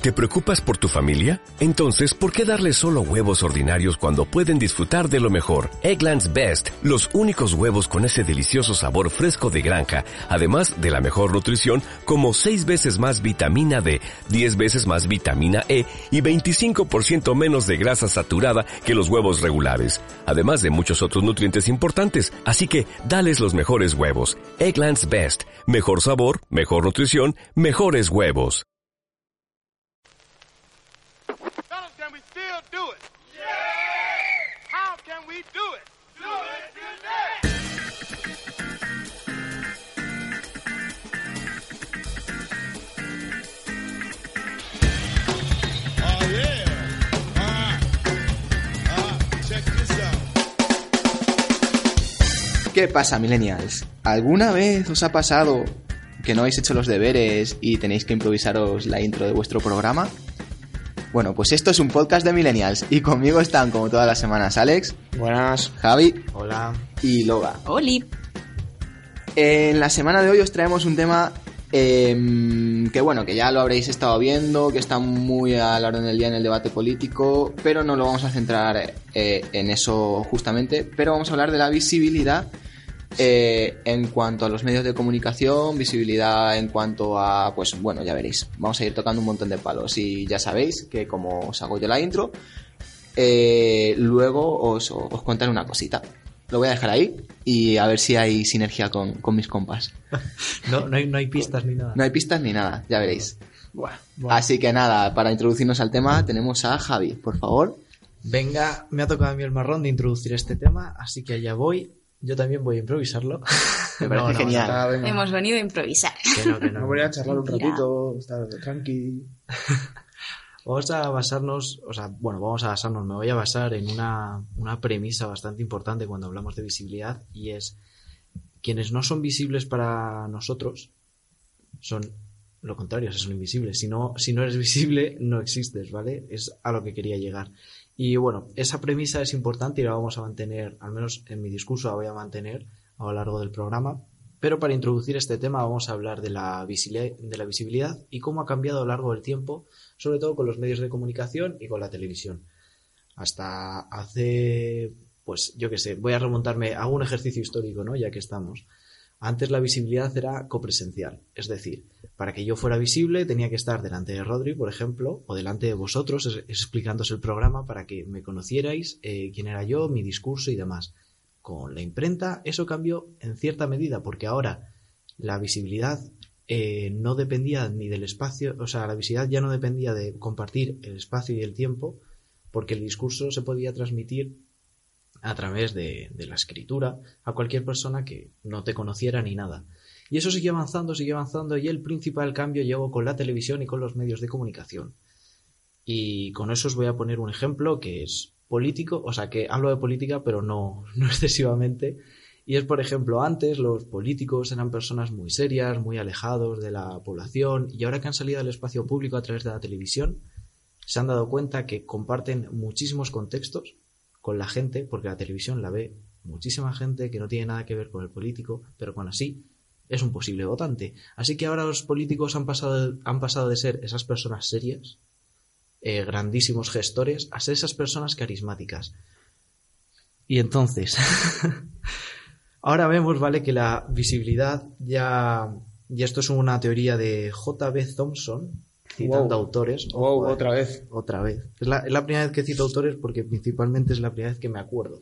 ¿Te preocupas por tu familia? Entonces, ¿por qué darles solo huevos ordinarios cuando pueden disfrutar de lo mejor? Eggland's Best, los únicos huevos con ese delicioso sabor fresco de granja, además de la mejor nutrición, como 6 veces más vitamina D, 10 veces más vitamina E y 25% menos de grasa saturada que los huevos regulares, además de muchos otros nutrientes importantes. Así que, dales los mejores huevos. Eggland's Best, mejor sabor, mejor nutrición, mejores huevos. ¿Qué pasa, millennials? ¿Alguna vez os ha pasado que no habéis hecho los deberes y tenéis que improvisaros la intro de vuestro programa? Bueno, pues esto es un podcast de millennials y conmigo están, como todas las semanas, Alex. Buenas. Javi. Hola. Y Loga. Oli. En la semana de hoy os traemos un tema que bueno, que ya lo habréis estado viendo, que está muy a la orden del día en el debate político, pero no lo vamos a centrar en eso justamente, pero vamos a hablar de la visibilidad en cuanto a los medios de comunicación, visibilidad en cuanto a, pues bueno, ya veréis, vamos a ir tocando un montón de palos y ya sabéis que como os hago yo la intro, luego os contaré una cosita. Lo voy a dejar ahí y a ver si hay sinergia con mis compas. No hay pistas ni nada. No hay pistas ni nada, ya veréis. Bueno. Así que nada, para introducirnos al tema tenemos a Javi, por favor. Venga, me ha tocado a mí el marrón de introducir este tema, así que allá voy. Yo también voy a improvisarlo. Me parece genial. Hemos venido a improvisar. Que no. Me voy a charlar un ratito, estar tranqui. Vamos a basarnos, me voy a basar en una premisa bastante importante cuando hablamos de visibilidad, y es: quienes no son visibles para nosotros son lo contrario, son invisibles. Si no eres visible, no existes, ¿vale? Es a lo que quería llegar. Y bueno, esa premisa es importante y la vamos a mantener, al menos en mi discurso la voy a mantener a lo largo del programa. Pero para introducir este tema vamos a hablar de la visibilidad y cómo ha cambiado a lo largo del tiempo, sobre todo con los medios de comunicación y con la televisión. Hasta hace, pues yo qué sé, voy a remontarme a un ejercicio histórico, ¿no? Ya que estamos. Antes la visibilidad era copresencial, es decir, para que yo fuera visible tenía que estar delante de Rodri, por ejemplo, o delante de vosotros, explicándoos el programa para que me conocierais, quién era yo, mi discurso y demás. Con la imprenta eso cambió en cierta medida, porque ahora la visibilidad no dependía ni del espacio, o sea, la visibilidad ya no dependía de compartir el espacio y el tiempo, porque el discurso se podía transmitir a través de la escritura a cualquier persona que no te conociera ni nada. Y eso siguió avanzando, y el principal cambio llegó con la televisión y con los medios de comunicación. Y con eso os voy a poner un ejemplo que es político, o sea, que hablo de política pero no excesivamente, y es, por ejemplo, antes los políticos eran personas muy serias, muy alejados de la población, y ahora que han salido al espacio público a través de la televisión se han dado cuenta que comparten muchísimos contextos con la gente, porque la televisión la ve muchísima gente que no tiene nada que ver con el político, pero con así es un posible votante. Así que ahora los políticos han pasado de ser esas personas serias, grandísimos gestores, a ser esas personas carismáticas. Y entonces ahora vemos, ¿vale?, que la visibilidad ya esto es una teoría de J.B. Thompson, citando autores. Otra vez. Es la primera vez que cito autores, porque principalmente es la primera vez que me acuerdo.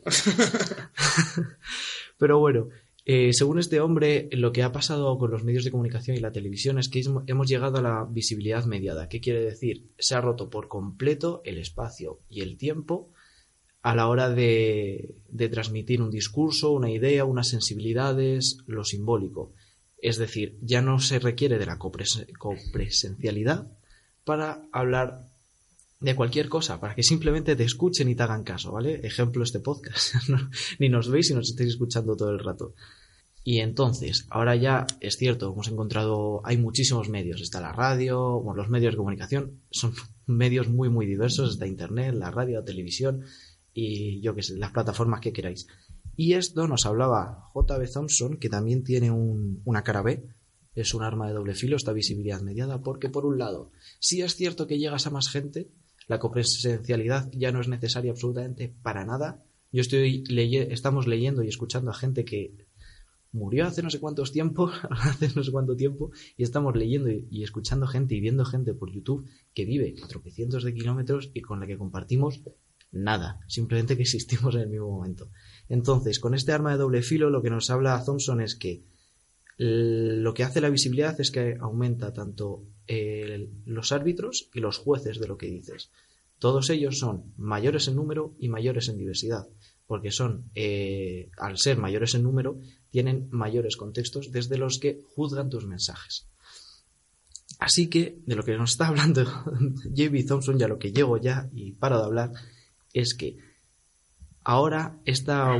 Pero bueno, según este hombre, lo que ha pasado con los medios de comunicación y la televisión es que hemos llegado a la visibilidad mediada. ¿Qué quiere decir? Se ha roto por completo el espacio y el tiempo a la hora de transmitir un discurso, una idea, unas sensibilidades, lo simbólico. Es decir, ya no se requiere de la copresencialidad para hablar de cualquier cosa, para que simplemente te escuchen y te hagan caso, ¿vale? Ejemplo, este podcast. Ni nos veis y nos estáis escuchando todo el rato. Y entonces, ahora ya es cierto, hay muchísimos medios. Está la radio, bueno, los medios de comunicación son medios muy, muy diversos. Está internet, la radio, la televisión y yo qué sé, las plataformas que queráis. Y esto nos hablaba J.B. Thompson, que también tiene una cara B, es un arma de doble filo esta visibilidad mediada, porque por un lado, sí es cierto que llegas a más gente, la copresencialidad ya no es necesaria absolutamente para nada. Estamos leyendo y escuchando a gente que murió hace no sé cuánto tiempo, y estamos leyendo y escuchando gente y viendo gente por YouTube que vive a tropecientos de kilómetros y con la que compartimos nada, simplemente que existimos en el mismo momento. Entonces, con este arma de doble filo, lo que nos habla Thompson es que lo que hace la visibilidad es que aumenta tanto los árbitros y los jueces de lo que dices. Todos ellos son mayores en número y mayores en diversidad, porque al ser mayores en número, tienen mayores contextos desde los que juzgan tus mensajes. Así que, de lo que nos está hablando J.B. Thompson, ya lo que llego ya y paro de hablar, es que ahora esta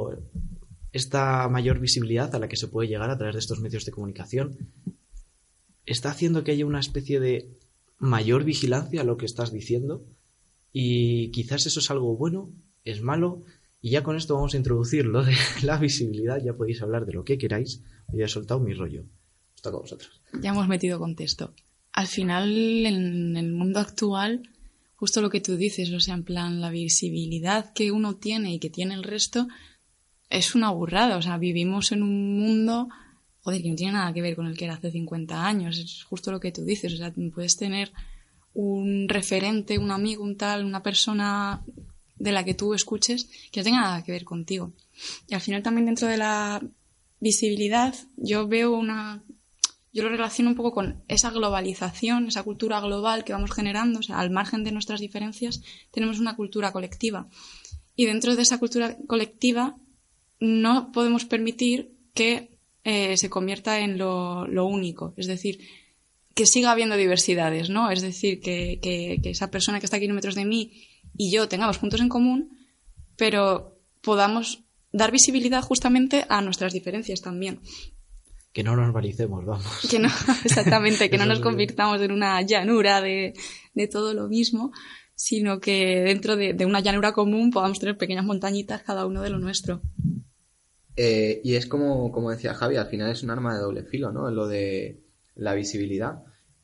mayor visibilidad a la que se puede llegar a través de estos medios de comunicación está haciendo que haya una especie de mayor vigilancia a lo que estás diciendo, y quizás eso es algo bueno, es malo, y ya con esto vamos a introducir lo de la visibilidad. Ya podéis hablar de lo que queráis. Yo he soltado mi rollo. Os toca a vosotros. Ya hemos metido contexto. Al final, en el mundo actual, justo lo que tú dices, o sea, en plan, la visibilidad que uno tiene y que tiene el resto es una burrada. O sea, vivimos en un mundo, joder, que no tiene nada que ver con el que era hace 50 años. Es justo lo que tú dices. O sea, puedes tener un referente, un amigo, un tal, una persona de la que tú escuches que no tenga nada que ver contigo. Y al final también dentro de la visibilidad yo lo relaciono un poco con esa globalización, esa cultura global que vamos generando. O sea, al margen de nuestras diferencias tenemos una cultura colectiva, y dentro de esa cultura colectiva no podemos permitir que se convierta en lo único, es decir, que siga habiendo diversidades, ¿no? Es decir, que esa persona que está a kilómetros de mí y yo tengamos puntos en común, pero podamos dar visibilidad justamente a nuestras diferencias también. Que no nos valicemos, vamos. Que no, exactamente, que no nos convirtamos en una llanura de todo lo mismo, sino que dentro de una llanura común podamos tener pequeñas montañitas cada uno de lo nuestro. Y es como decía Javi, al final es un arma de doble filo, ¿no? Lo de la visibilidad.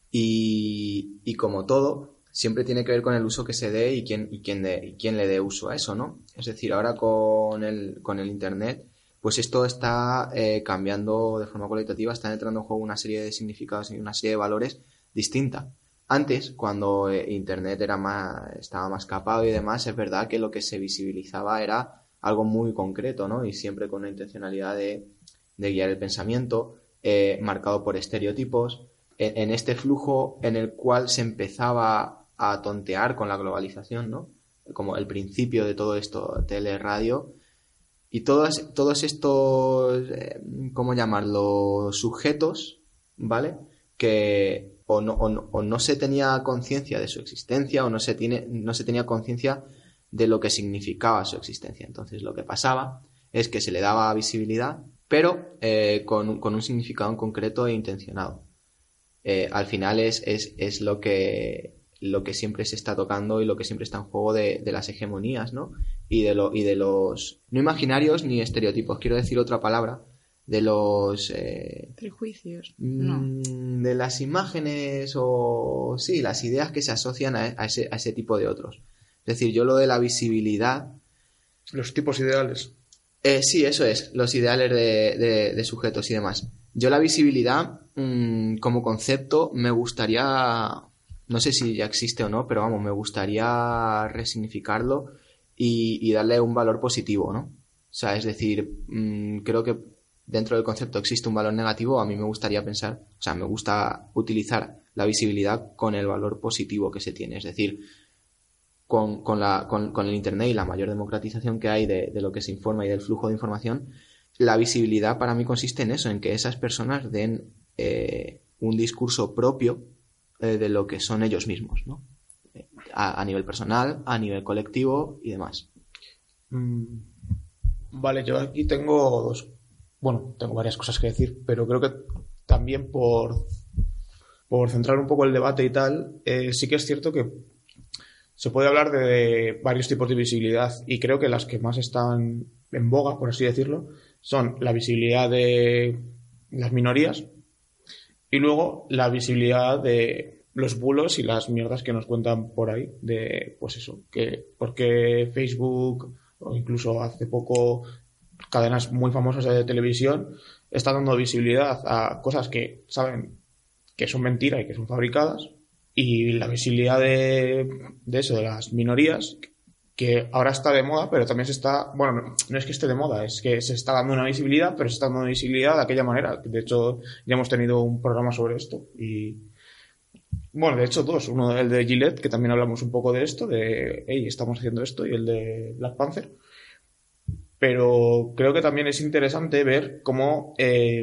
Y como todo, siempre tiene que ver con el uso que se dé y quién le dé uso a eso, ¿no? Es decir, ahora con el Internet, pues esto está cambiando de forma cualitativa, está entrando en juego una serie de significados y una serie de valores distinta. Antes, cuando Internet estaba más capado y demás, es verdad que lo que se visibilizaba era algo muy concreto, ¿no? Y siempre con una intencionalidad de guiar el pensamiento, marcado por estereotipos, en este flujo en el cual se empezaba a tontear con la globalización, ¿no? Como el principio de todo esto, tele, radio, y todos estos, ¿cómo llamarlo?, sujetos, ¿vale?, que o no se tenía conciencia de su existencia o no se tenía conciencia de lo que significaba su existencia. Entonces lo que pasaba es que se le daba visibilidad, pero con un significado en concreto e intencionado. Al final es lo que siempre se está tocando y lo que siempre está en juego de las hegemonías, ¿no? Y de los no imaginarios ni estereotipos, quiero decir otra palabra, de los prejuicios, no, de las imágenes o sí, las ideas que se asocian a ese tipo de otros. Es decir, yo lo de la visibilidad, los tipos ideales. Sí, eso es, los ideales de sujetos y demás. Yo la visibilidad, como concepto, me gustaría, no sé si ya existe o no, pero vamos, me gustaría resignificarlo y darle un valor positivo, ¿no? O sea, es decir, creo que dentro del concepto existe un valor negativo. A mí me gustaría pensar, o sea, me gusta utilizar la visibilidad con el valor positivo que se tiene, es decir, con el Internet y la mayor democratización que hay de lo que se informa y del flujo de información, la visibilidad para mí consiste en eso, en que esas personas den un discurso propio de lo que son ellos mismos, ¿no? A nivel personal, a nivel colectivo y demás. Vale, yo aquí tengo tengo varias cosas que decir, pero creo que también por centrar un poco el debate y tal, sí que es cierto que se puede hablar de varios tipos de visibilidad, y creo que las que más están en boga, por así decirlo, son la visibilidad de las minorías, Y luego la visibilidad de los bulos y las mierdas que nos cuentan por ahí de, pues eso, que porque Facebook o incluso hace poco cadenas muy famosas de televisión están dando visibilidad a cosas que saben que son mentira y que son fabricadas, y la visibilidad de eso, de las minorías, que ahora está de moda, pero también se está, bueno, no es que esté de moda, es que se está dando una visibilidad, pero se está dando una visibilidad de aquella manera. De hecho, ya hemos tenido un programa sobre esto y, bueno, de hecho dos, uno el de Gillette, que también hablamos un poco de esto, de, hey, estamos haciendo esto, y el de Black Panther. Pero creo que también es interesante ver cómo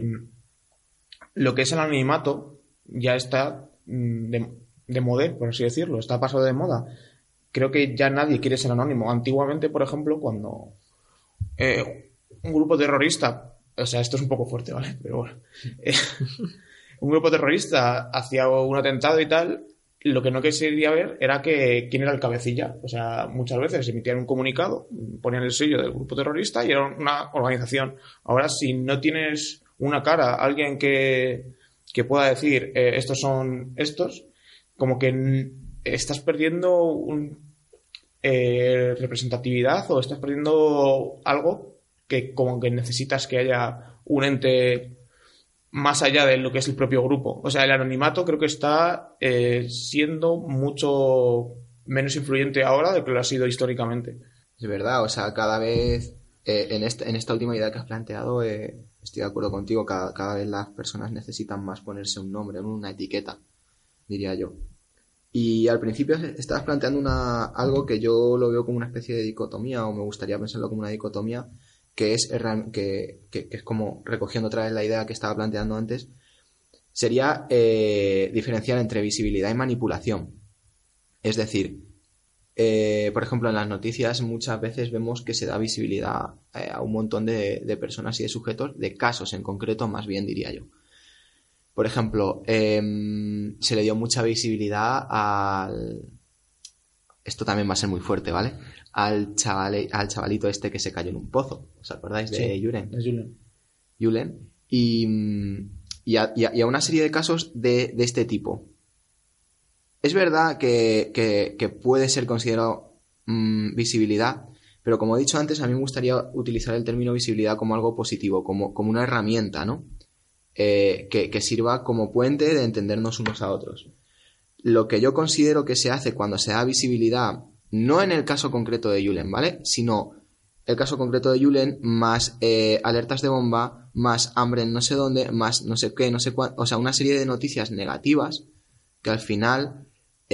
lo que es el anonimato ya está de moda, por así decirlo, está pasado de moda. Creo que ya nadie quiere ser anónimo. Antiguamente, por ejemplo, cuando un grupo terrorista, o sea, esto es un poco fuerte, ¿vale? Pero bueno, un grupo terrorista hacía un atentado y tal, lo que no quería ver era quién era el cabecilla. O sea, muchas veces emitían un comunicado, ponían el sello del grupo terrorista y era una organización. Ahora, si no tienes una cara, alguien que pueda decir estos son estos, como que estás perdiendo representatividad, o estás perdiendo algo que como que necesitas que haya un ente más allá de lo que es el propio grupo. O sea, el anonimato creo que está siendo mucho menos influyente ahora de lo que lo ha sido históricamente. Es verdad, o sea, cada vez en esta última idea que has planteado estoy de acuerdo contigo, cada vez las personas necesitan más ponerse un nombre, una etiqueta, diría yo. Y al principio estabas planteando algo que yo lo veo como una especie de dicotomía, o me gustaría pensarlo como una dicotomía, que es como recogiendo otra vez la idea que estaba planteando antes, sería diferenciar entre visibilidad y manipulación. Es decir, por ejemplo, en las noticias muchas veces vemos que se da visibilidad a un montón de personas y de sujetos, de casos en concreto, más bien diría yo. Por ejemplo, se le dio mucha visibilidad esto también va a ser muy fuerte, ¿vale? Al chavalito este que se cayó en un pozo. ¿Os acordáis de Julen? Es Julen. Y a una serie de casos de este tipo. Es verdad que puede ser considerado visibilidad, pero como he dicho antes, a mí me gustaría utilizar el término visibilidad como algo positivo, como una herramienta, ¿no? Que sirva como puente de entendernos unos a otros. Lo que yo considero que se hace cuando se da visibilidad, no en el caso concreto de Julen, ¿vale? Sino el caso concreto de Julen, más alertas de bomba, más hambre en no sé dónde, más no sé qué, no sé cuánto, o sea, una serie de noticias negativas que al final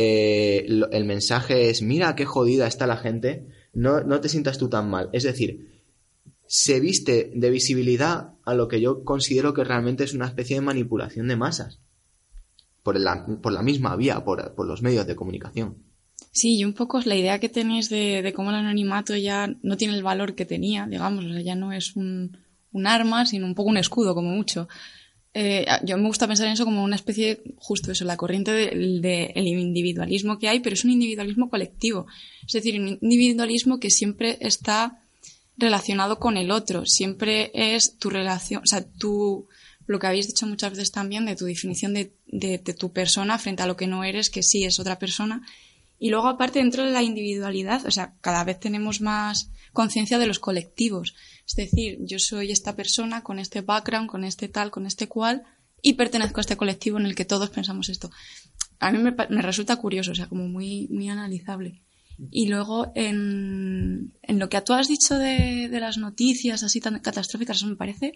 el mensaje es: mira qué jodida está la gente, no te sientas tú tan mal. Es decir, se viste de visibilidad a lo que yo considero que realmente es una especie de manipulación de masas por la misma vía, por los medios de comunicación. Sí, y un poco es la idea que tenéis de cómo el anonimato ya no tiene el valor que tenía, digamos, o sea, ya no es un arma, sino un poco un escudo, como mucho. Yo me gusta pensar en eso como una especie, justo eso, la corriente del individualismo que hay, pero es un individualismo colectivo. Es decir, un individualismo que siempre está relacionado con el otro, siempre es tu relación, o sea, lo que habéis dicho muchas veces también de tu definición de tu persona frente a lo que no eres, que sí es otra persona. Y luego, aparte, dentro de la individualidad, o sea, cada vez tenemos más conciencia de los colectivos. Es decir, yo soy esta persona con este background, con este tal, con este cual, y pertenezco a este colectivo en el que todos pensamos esto. A mí me resulta curioso, o sea, como muy, muy analizable. Y luego, en lo que tú has dicho de las noticias así tan catastróficas, eso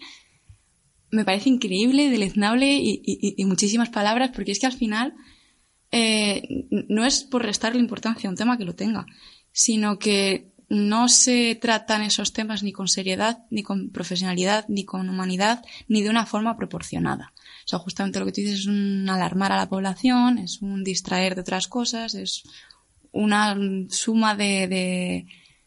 me parece increíble, deleznable y muchísimas palabras, porque es que al final no es por restarle importancia a un tema que lo tenga, sino que no se tratan esos temas ni con seriedad, ni con profesionalidad, ni con humanidad, ni de una forma proporcionada. O sea, justamente lo que tú dices es un alarmar a la población, es un distraer de otras cosas, es una suma de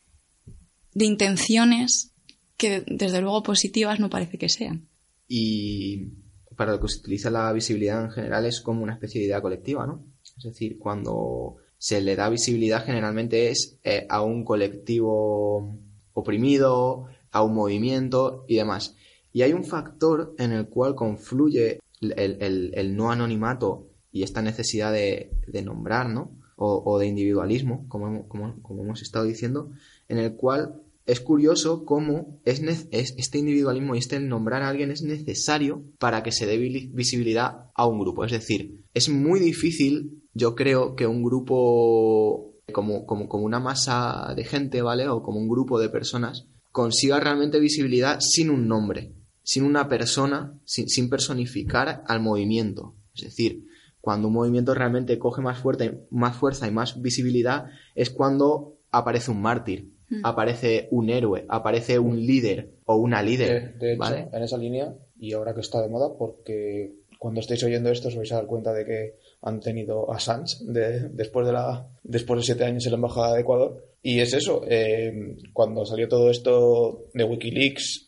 intenciones que desde luego positivas no parece que sean. Y para lo que se utiliza la visibilidad en general es como una especie de idea colectiva, ¿no? Es decir, cuando se le da visibilidad generalmente es a un colectivo oprimido, a un movimiento y demás. Y hay un factor en el cual confluye el no anonimato y esta necesidad de nombrar, ¿no? O de individualismo, como hemos estado diciendo, en el cual es curioso cómo este individualismo y este nombrar a alguien es necesario para que se dé visibilidad a un grupo. Es decir, es muy difícil, yo creo, que un grupo como una masa de gente, ¿vale? O como un grupo de personas consiga realmente visibilidad sin un nombre, sin una persona, sin personificar al movimiento. Es decir, cuando un movimiento realmente coge más fuerza y más visibilidad es cuando aparece un mártir, aparece un héroe, aparece un líder o una líder. De hecho, ¿vale? en esa línea, y ahora que está de moda, porque cuando estéis oyendo esto os vais a dar cuenta de que han tenido a Assange después de 7 años en la Embajada de Ecuador. Y es eso, cuando salió todo esto de Wikileaks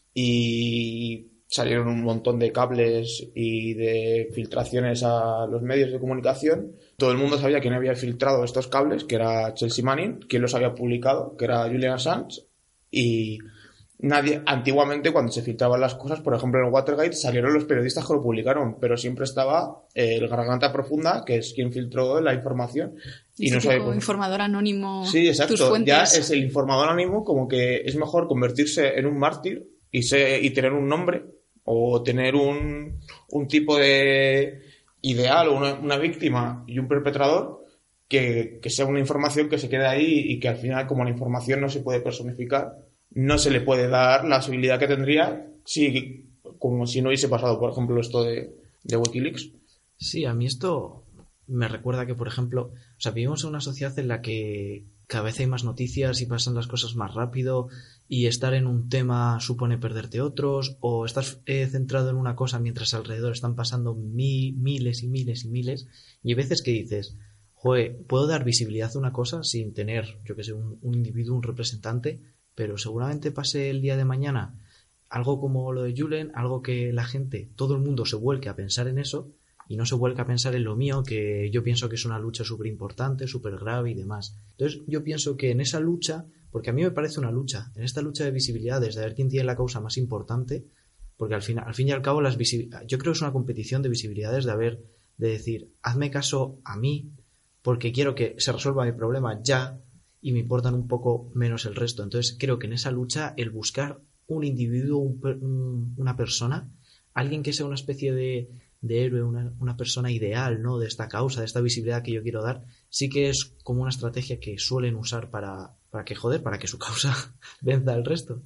y salieron un montón de cables y de filtraciones a los medios de comunicación, todo el mundo sabía quién había filtrado estos cables, que era Chelsea Manning, quién los había publicado, que era Julian Assange, y nadie, antiguamente cuando se filtraban las cosas, por ejemplo en el Watergate, salieron los periodistas que lo publicaron, pero siempre estaba el Garganta Profunda, que es quien filtró la información. Y no sabe informador anónimo. Sí, exacto. Tus fuentes. Ya es el informador anónimo, como que es mejor convertirse en un mártir y tener un nombre o tener un tipo de ideal o una víctima y un perpetrador que sea una información que se quede ahí y que al final, como la información no se puede personificar, no se le puede dar la visibilidad que tendría como si no hubiese pasado, por ejemplo, esto de Wikileaks. Sí, a mí esto me recuerda que, por ejemplo, o sea, vivimos en una sociedad en la que cada vez hay más noticias y pasan las cosas más rápido y estar en un tema supone perderte otros, o estás centrado en una cosa mientras alrededor están pasando miles y miles y miles, y hay veces que dices, joder, puedo dar visibilidad a una cosa sin tener, yo que sé, un individuo, un representante, pero seguramente pase el día de mañana algo como lo de Julen, algo que la gente, todo el mundo se vuelque a pensar en eso y no se vuelca a pensar en lo mío, que yo pienso que es una lucha súper importante, súper grave y demás. Entonces yo pienso que en esa lucha, porque a mí me parece una lucha, en esta lucha de visibilidades, de ver quién tiene la causa más importante, porque al fin y al cabo yo creo que es una competición de visibilidades, de decir, hazme caso a mí, porque quiero que se resuelva mi problema ya, y me importan un poco menos el resto. Entonces creo que en esa lucha el buscar un individuo, una persona, alguien que sea una especie de héroe, una persona ideal, ¿no?, de esta causa, de esta visibilidad que yo quiero dar, sí que es como una estrategia que suelen usar para que su causa venza al resto.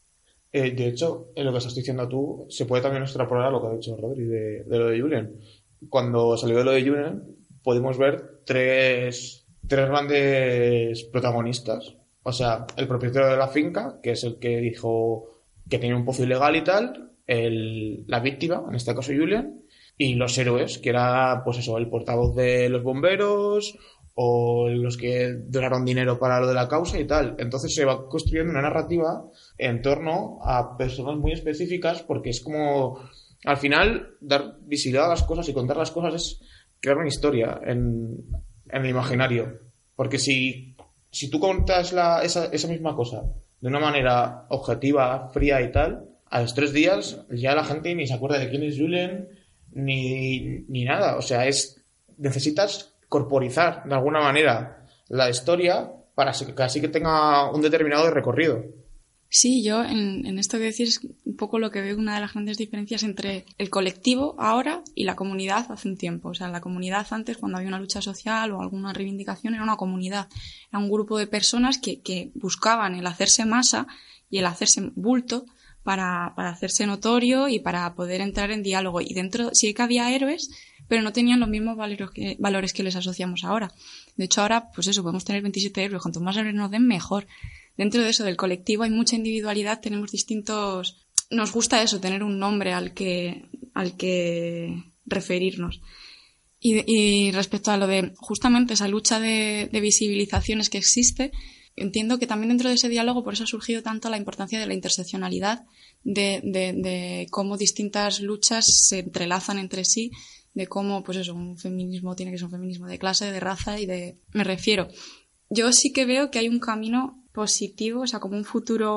De hecho, en lo que estás diciendo tú, se puede también extrapolar a lo que ha dicho Rodri de lo de Julian. Cuando salió de lo de Julian, pudimos ver tres grandes protagonistas. O sea, el propietario de la finca, que es el que dijo que tenía un pozo ilegal y tal, la víctima, en este caso Julian, y los héroes, que era, pues eso, el portavoz de los bomberos o los que donaron dinero para lo de la causa y tal. Entonces se va construyendo una narrativa en torno a personas muy específicas, porque es como, al final, dar visibilidad a las cosas y contar las cosas es crear una historia en el imaginario. Porque si tú contas esa misma cosa de una manera objetiva, fría y tal, a los 3 días ya la gente ni se acuerda de quién es Julen ni nada. O sea, necesitas corporizar de alguna manera la historia para que así que tenga un determinado recorrido. Sí, yo en esto que decís es un poco lo que veo, una de las grandes diferencias entre el colectivo ahora y la comunidad hace un tiempo. O sea, la comunidad antes, cuando había una lucha social o alguna reivindicación, era una comunidad. Era un grupo de personas que buscaban el hacerse masa y el hacerse bulto para hacerse notorio y para poder entrar en diálogo. Y dentro sí que había héroes, pero no tenían los mismos valores que les asociamos ahora. De hecho, ahora, pues eso, podemos tener 27 héroes. Cuanto más héroes nos den, mejor. Dentro de eso, del colectivo, hay mucha individualidad, tenemos distintos... Nos gusta eso, tener un nombre al que referirnos. Y respecto a lo de justamente esa lucha de visibilizaciones que existe, entiendo que también dentro de ese diálogo por eso ha surgido tanto la importancia de la interseccionalidad, de cómo distintas luchas se entrelazan entre sí, de cómo, pues eso, un feminismo tiene que ser un feminismo de clase, de raza y de... Me refiero. Yo sí que veo que hay un camino positivo, o sea, como un futuro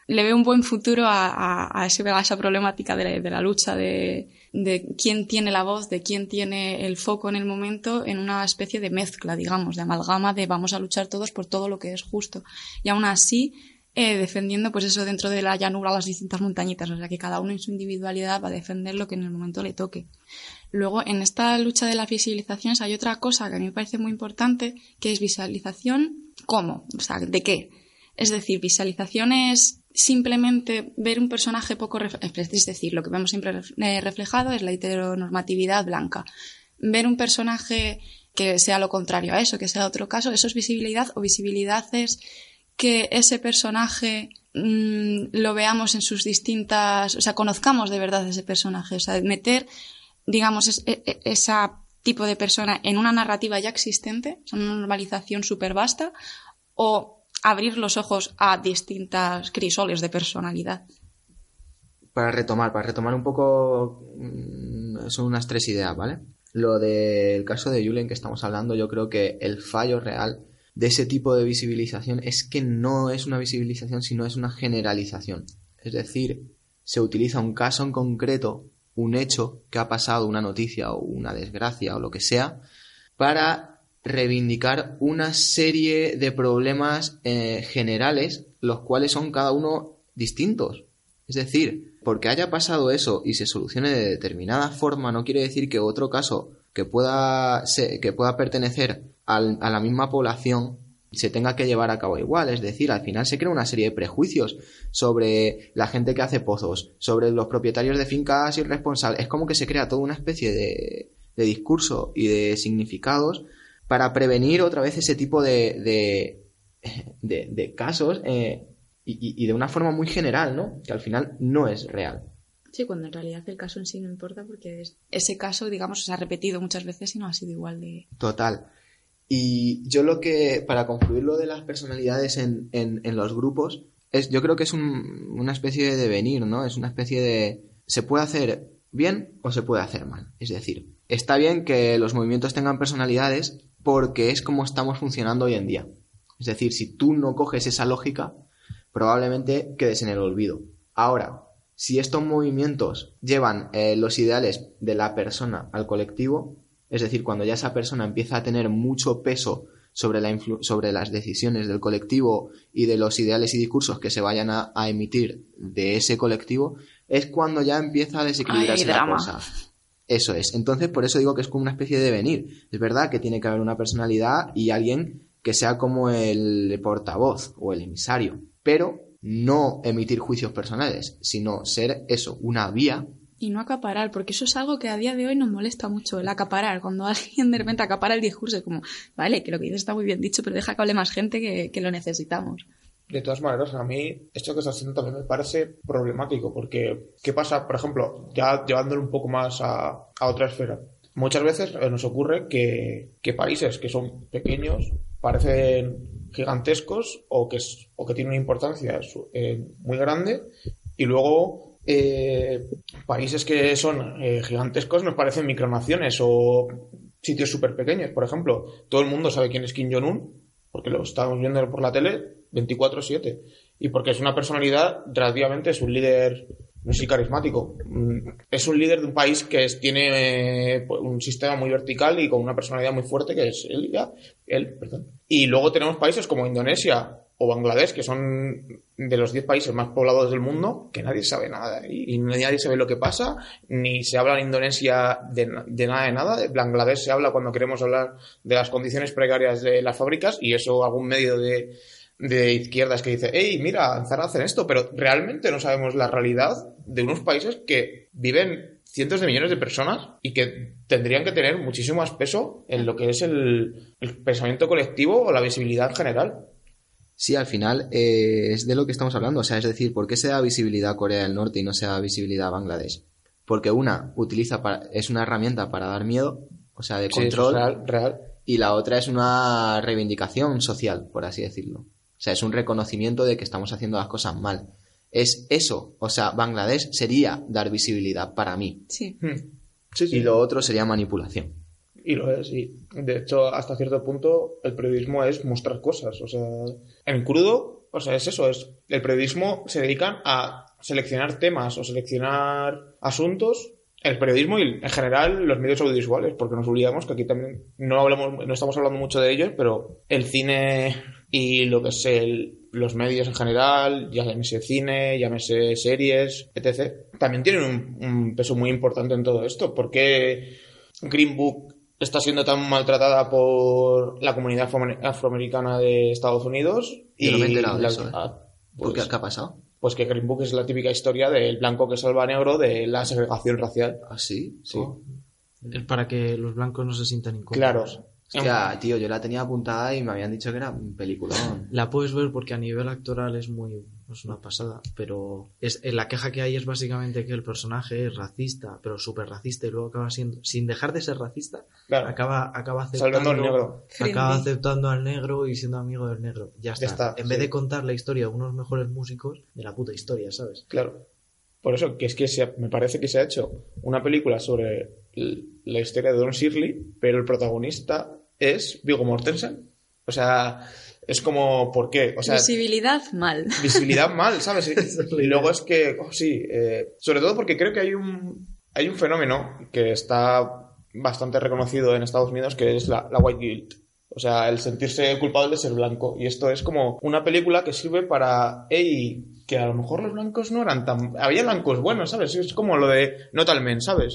le veo un buen futuro a esa problemática de la lucha de quién tiene la voz, de quién tiene el foco en el momento, en una especie de mezcla, digamos, de amalgama de vamos a luchar todos por todo lo que es justo. Y aún así, defendiendo pues eso dentro de la llanura, las distintas montañitas, o sea que cada uno en su individualidad va a defender lo que en el momento le toque. Luego, en esta lucha de las visibilizaciones hay otra cosa que a mí me parece muy importante, que es visualización, ¿cómo? O sea, ¿de qué? Es decir, visualización es simplemente ver un personaje poco... Es decir, lo que vemos siempre reflejado es la heteronormatividad blanca. Ver un personaje que sea lo contrario a eso, que sea otro caso, eso es visibilidad, o visibilidad es que ese personaje lo veamos en sus distintas... O sea, conozcamos de verdad ese personaje. O sea, meter, digamos, ese tipo de persona en una narrativa ya existente, en una normalización súper vasta, o abrir los ojos a distintas crisoles de personalidad. Para retomar un poco, son unas 3 ideas, ¿vale? Lo del caso de Julen que estamos hablando, yo creo que el fallo real de ese tipo de visibilización es que no es una visibilización, sino es una generalización. Es decir, se utiliza un caso en concreto, un hecho que ha pasado, una noticia o una desgracia o lo que sea, para reivindicar una serie de problemas generales, los cuales son cada uno distintos. Es decir, porque haya pasado eso y se solucione de determinada forma, no quiere decir que otro caso que pueda pertenecer a la misma población se tenga que llevar a cabo igual. Es decir, al final se crea una serie de prejuicios sobre la gente que hace pozos, sobre los propietarios de fincas irresponsables. Es como que se crea toda una especie de discurso y de significados para prevenir otra vez ese tipo de casos y de una forma muy general, ¿no? Que al final no es real. Sí, cuando en realidad el caso en sí no importa porque ese caso, digamos, se ha repetido muchas veces y no ha sido igual de... Total. Y yo lo que, para concluir lo de las personalidades en los grupos, yo creo que es una especie de devenir, ¿no? Es una especie de... Se puede hacer bien o se puede hacer mal. Es decir, está bien que los movimientos tengan personalidades porque es como estamos funcionando hoy en día. Es decir, si tú no coges esa lógica, probablemente quedes en el olvido. Ahora, si estos movimientos llevan los ideales de la persona al colectivo, es decir, cuando ya esa persona empieza a tener mucho peso sobre las decisiones del colectivo y de los ideales y discursos que se vayan a emitir de ese colectivo, es cuando ya empieza a desequilibrarse la cosa. Eso es. Entonces, por eso digo que es como una especie de devenir. Es verdad que tiene que haber una personalidad y alguien que sea como el portavoz o el emisario, pero no emitir juicios personales, sino ser eso, una vía. Y no acaparar, porque eso es algo que a día de hoy nos molesta mucho, el acaparar. Cuando alguien de repente acapara el discurso, es como, vale, que lo que dices está muy bien dicho, pero deja que hable más gente que lo necesitamos. De todas maneras, a mí esto que estás haciendo también me parece problemático, porque ¿qué pasa? Por ejemplo, ya llevándolo un poco más a otra esfera. Muchas veces nos ocurre que países que son pequeños parecen gigantescos o que tienen una importancia muy grande, y luego países que son gigantescos nos parecen micronaciones o sitios súper pequeños. Por ejemplo, todo el mundo sabe quién es Kim Jong-un porque lo estamos viendo por la tele 24/7 y porque es una personalidad, relativamente es un líder, no sé si carismático, es un líder de un país que tiene un sistema muy vertical y con una personalidad muy fuerte, que es él. Y luego tenemos países como Indonesia o Bangladesh, que son de los 10 países más poblados del mundo, que nadie sabe nada y nadie sabe lo que pasa, ni se habla en Indonesia de nada. De Bangladesh se habla cuando queremos hablar de las condiciones precarias de las fábricas, y eso algún medio de izquierdas que dice, hey, mira, en Zara hacen esto, pero realmente no sabemos la realidad de unos países que viven cientos de millones de personas y que tendrían que tener muchísimo más peso en lo que es el pensamiento colectivo o la visibilidad en general. Sí, al final es de lo que estamos hablando. O sea, es decir, ¿por qué se da visibilidad a Corea del Norte y no se da visibilidad a Bangladesh? Porque una es una herramienta para dar miedo, o sea, de control. Sí, es real. Y la otra es una reivindicación social, por así decirlo. O sea, es un reconocimiento de que estamos haciendo las cosas mal. Es eso. O sea, Bangladesh sería dar visibilidad para mí. Sí. Sí. Y lo otro sería manipulación. Y lo es, y de hecho, hasta cierto punto, el periodismo es mostrar cosas. O sea, en crudo, o sea, es eso, el periodismo se dedican a seleccionar temas o seleccionar asuntos, el periodismo y en general los medios audiovisuales, porque nos olvidamos que aquí también no estamos hablando mucho de ellos, pero el cine y lo que es los medios en general, ya llámese cine, llámese series, etc., también tienen un peso muy importante en todo esto. ¿Por qué Green Book está siendo tan maltratada por la comunidad afroamericana de Estados Unidos? Yo no me he enterado de eso, pues, ¿qué ha pasado? Pues que Green Book es la típica historia del blanco que salva a negro de la segregación racial. ¿Ah, sí? Sí. Es para que los blancos no se sientan incómodos. Claro. Hostia, tío, yo la tenía apuntada y me habían dicho que era un peliculón. La puedes ver porque a nivel actoral es una pasada, pero la queja que hay es básicamente que el personaje es racista, pero súper racista, y luego acaba siendo, sin dejar de ser racista, Claro. acaba Salvando al negro. acaba aceptando al negro y siendo amigo del negro. Ya está. En vez de contar la historia de unos mejores músicos, de la puta historia, ¿sabes? Claro. Por eso, que es que me parece que se ha hecho una película sobre la historia de Don Shirley, pero el protagonista es Viggo Mortensen. O sea, es como, ¿por qué? O sea, visibilidad mal. Visibilidad mal, ¿sabes? Y luego es que, sobre todo porque creo que hay un fenómeno que está bastante reconocido en Estados Unidos, que es la white guilt. O sea, el sentirse culpable de ser blanco. Y esto es como una película que sirve para, que a lo mejor los blancos no eran tan... Había blancos buenos, ¿sabes? Es como lo de Not All Men, ¿sabes?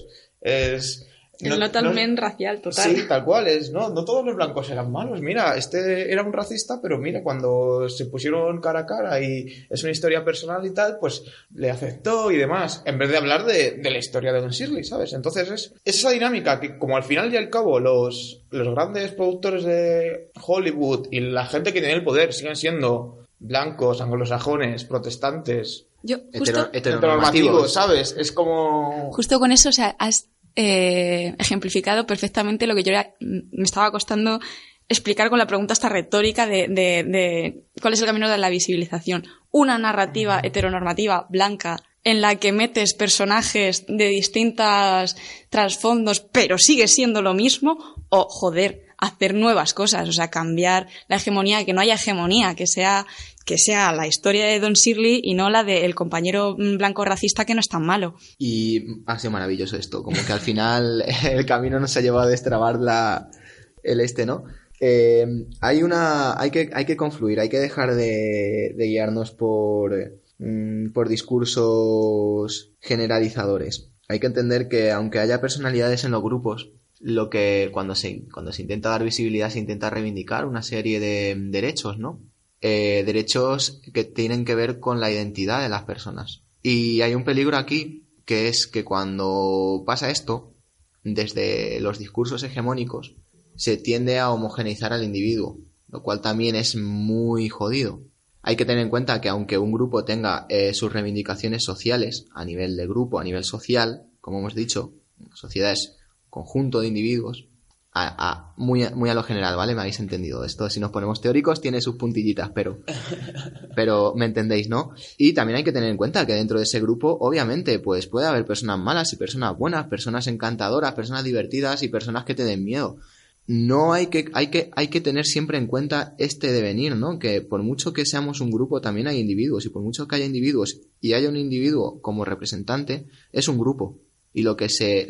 El Not All Men racial, total. Sí, tal cual es, ¿no? No todos los blancos eran malos. Mira, este era un racista, pero mira, cuando se pusieron cara a cara y es una historia personal y tal, pues le afectó y demás. En vez de hablar de la historia de Don Shirley, ¿sabes? Entonces es esa dinámica que, como al final y al cabo, los grandes productores de Hollywood y la gente que tiene el poder siguen siendo blancos, anglosajones, protestantes, heteronormativos, ¿sabes? Es como... Justo con eso, o sea, has ejemplificado perfectamente lo que yo me estaba costando explicar con la pregunta esta retórica de cuál es el camino de la visibilización. Una narrativa heteronormativa blanca en la que metes personajes de distintos trasfondos, pero sigue siendo lo mismo, o, hacer nuevas cosas, o sea, cambiar la hegemonía, que no haya hegemonía, que sea la historia de Don Shirley y no la del compañero blanco racista que no es tan malo. Y ha sido maravilloso esto, como que al final el camino nos ha llevado a destrabar ¿no? Hay que confluir, hay que dejar de guiarnos por discursos generalizadores. Hay que entender que aunque haya personalidades en los grupos, lo que cuando se intenta dar visibilidad se intenta reivindicar una serie de derechos, ¿no? Derechos que tienen que ver con la identidad de las personas. Y hay un peligro aquí, que es que cuando pasa esto, desde los discursos hegemónicos, se tiende a homogeneizar al individuo, lo cual también es muy jodido. Hay que tener en cuenta que aunque un grupo tenga sus reivindicaciones sociales a nivel de grupo, a nivel social, como hemos dicho, la sociedad es un conjunto de individuos, muy a lo general, ¿vale? Me habéis entendido. Esto, si nos ponemos teóricos, tiene sus puntillitas, pero me entendéis, ¿no? Y también hay que tener en cuenta que dentro de ese grupo, obviamente, pues puede haber personas malas y personas buenas, personas encantadoras, personas divertidas y personas que te den miedo. No hay que tener siempre en cuenta este devenir, ¿no? Que por mucho que seamos un grupo, también hay individuos, y por mucho que haya individuos y haya un individuo como representante, es un grupo. Y lo que se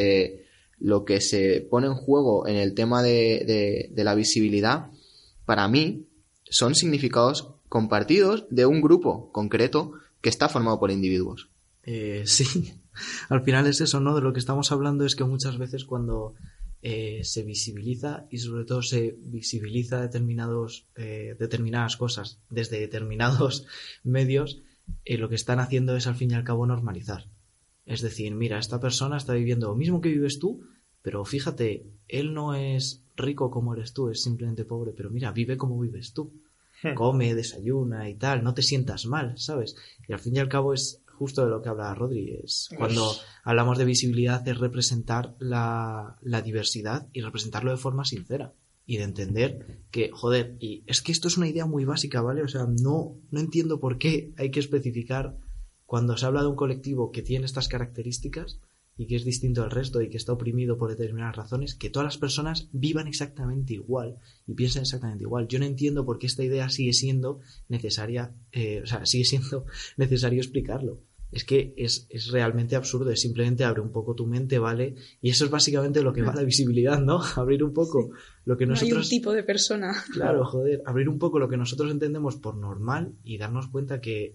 pone en juego en el tema de la visibilidad, para mí, son significados compartidos de un grupo concreto que está formado por individuos. Sí, al final es eso, ¿no? De lo que estamos hablando es que muchas veces cuando se visibiliza, y sobre todo se visibiliza determinadas cosas desde determinados medios, lo que están haciendo es al fin y al cabo normalizar. Es decir, mira, esta persona está viviendo lo mismo que vives tú, pero fíjate, él no es rico como eres tú, es simplemente pobre, pero mira, vive como vives tú. Come, desayuna y tal, no te sientas mal, ¿sabes? Y al fin y al cabo es justo de lo que habla Rodri. Cuando hablamos de visibilidad es representar la diversidad y representarlo de forma sincera. Y de entender que, y es que esto es una idea muy básica, ¿vale? O sea, no entiendo por qué hay que especificar. Cuando se habla de un colectivo que tiene estas características, y que es distinto al resto y que está oprimido por determinadas razones, que todas las personas vivan exactamente igual y piensen exactamente igual. Yo no entiendo por qué esta idea sigue siendo necesaria, sigue siendo necesario explicarlo. Es que es realmente absurdo, es simplemente abre un poco tu mente, ¿vale? Y eso es básicamente lo que va a la visibilidad, ¿no? Abrir un poco lo que nosotros... No hay un tipo de persona. Claro, joder, abrir un poco lo que nosotros entendemos por normal y darnos cuenta que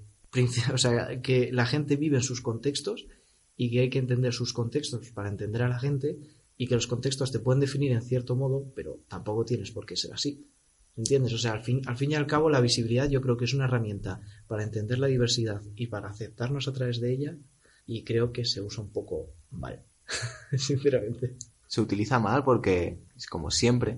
la gente vive en sus contextos y que hay que entender sus contextos para entender a la gente y que los contextos te pueden definir en cierto modo, pero tampoco tienes por qué ser así. ¿Entiendes? O sea, al fin y al cabo la visibilidad yo creo que es una herramienta para entender la diversidad y para aceptarnos a través de ella, y creo que se usa un poco mal, sinceramente. Se utiliza mal porque, es como siempre,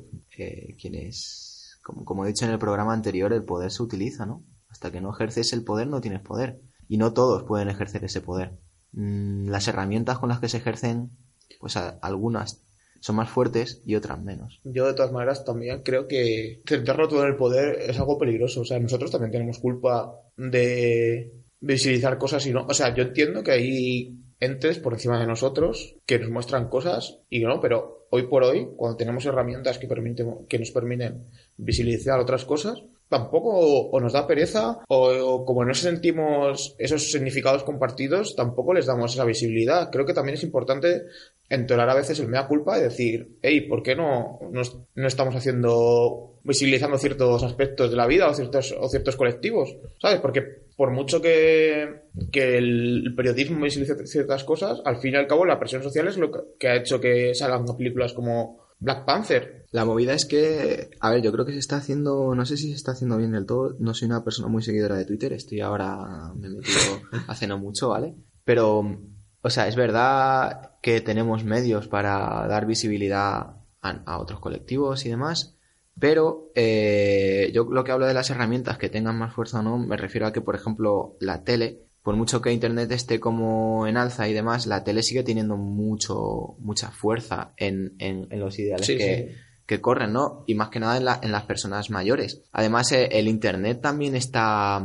como he dicho en el programa anterior, el poder se utiliza, ¿no? Hasta que no ejerces el poder no tienes poder. Y no todos pueden ejercer ese poder. Las herramientas con las que se ejercen, pues algunas son más fuertes y otras menos. Yo, de todas maneras, también creo que centrarlo todo en el poder es algo peligroso. O sea, nosotros también tenemos culpa de visibilizar cosas y no... O sea, yo entiendo que hay entes por encima de nosotros que nos muestran cosas y no, pero hoy por hoy, cuando tenemos herramientas que nos permiten visibilizar otras cosas, tampoco o nos da pereza o como no sentimos esos significados compartidos, tampoco les damos esa visibilidad. Creo que también es importante entonar a veces el mea culpa y decir, hey, ¿por qué no estamos visibilizando ciertos aspectos de la vida o ciertos colectivos? ¿Sabes? Porque por mucho que el periodismo visibilice ciertas cosas, al fin y al cabo la presión social es lo que ha hecho que salgan películas como Black Panther. La movida es que, a ver, yo creo que se está haciendo, no sé si se está haciendo bien del todo, no soy una persona muy seguidora de Twitter, me he metido hace no mucho, ¿vale? Pero, o sea, es verdad que tenemos medios para dar visibilidad a otros colectivos y demás, pero yo lo que hablo de las herramientas que tengan más fuerza o no, me refiero a que, por ejemplo, la tele, por mucho que Internet esté como en alza y demás, la tele sigue teniendo mucha fuerza en los ideales que corren, ¿no? Y más que nada en las personas mayores. Además, el Internet también está,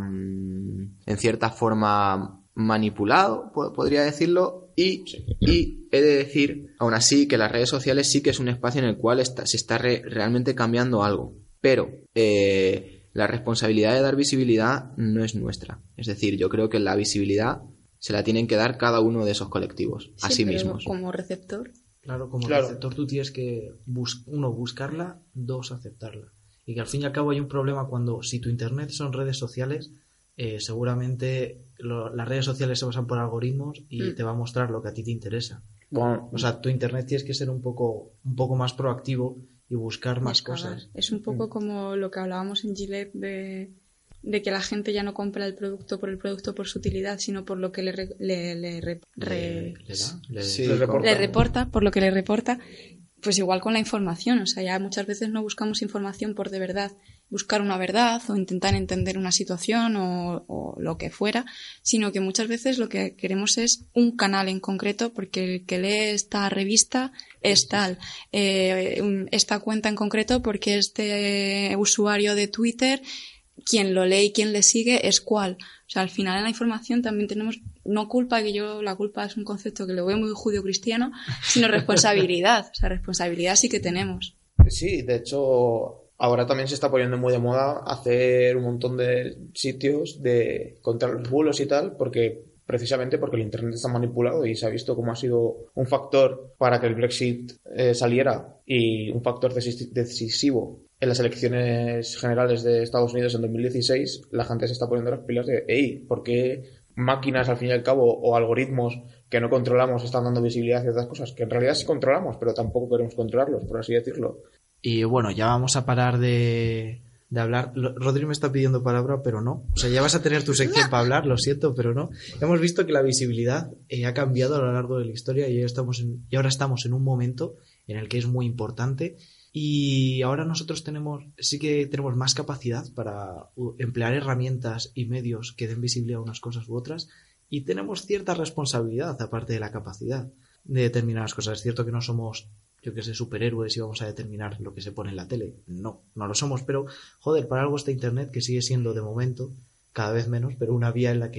en cierta forma, manipulado, podría decirlo, y he de decir, aún así, que las redes sociales sí que es un espacio en el cual se está realmente cambiando algo. Pero la responsabilidad de dar visibilidad no es nuestra. Es decir, yo creo que la visibilidad se la tienen que dar cada uno de esos colectivos, a sí mismos. Como receptor. Claro, como receptor tú tienes que, uno, buscarla, dos, aceptarla. Y que al fin y al cabo hay un problema cuando, si tu internet son redes sociales, seguramente las redes sociales se basan por algoritmos y te va a mostrar lo que a ti te interesa. Bueno, o sea, tu internet tienes que ser un poco más proactivo y buscar más cosas. Es un poco como lo que hablábamos en Gillette de que la gente ya no compra el producto por su utilidad, sino por lo que le reporta, por lo que le reporta. Pues igual con la información, o sea, ya muchas veces no buscamos información por de verdad buscar una verdad o intentar entender una situación o lo que fuera, sino que muchas veces lo que queremos es un canal en concreto, porque el que lee esta revista es tal, esta cuenta en concreto porque este usuario de Twitter, quien lo lee y quien le sigue es cuál. O sea, al final en la información también tenemos, no culpa, la culpa es un concepto que lo veo muy judio-cristiano, sino responsabilidad. O sea, responsabilidad sí que tenemos. Sí, de hecho, ahora también se está poniendo muy de moda hacer un montón de sitios contra los bulos y tal, precisamente porque el internet está manipulado y se ha visto cómo ha sido un factor para que el Brexit saliera y un factor decisivo en las elecciones generales de Estados Unidos en 2016. La gente se está poniendo las pilas de, ¿por qué máquinas al fin y al cabo o algoritmos que no controlamos están dando visibilidad a ciertas cosas? Que en realidad sí controlamos, pero tampoco queremos controlarlos, por así decirlo. Y bueno, ya vamos a parar de hablar. Rodri me está pidiendo palabra, pero no. O sea, ya vas a tener tu sección para hablar, lo siento, pero no. Hemos visto que la visibilidad ha cambiado a lo largo de la historia y ahora estamos en un momento en el que es muy importante. Y ahora nosotros sí que tenemos más capacidad para emplear herramientas y medios que den visibilidad a unas cosas u otras, y tenemos cierta responsabilidad, aparte de la capacidad de determinar las cosas. Es cierto que no somos, superhéroes y vamos a determinar lo que se pone en la tele. No lo somos, pero joder, para algo está Internet, que sigue siendo de momento, cada vez menos, pero una vía en la que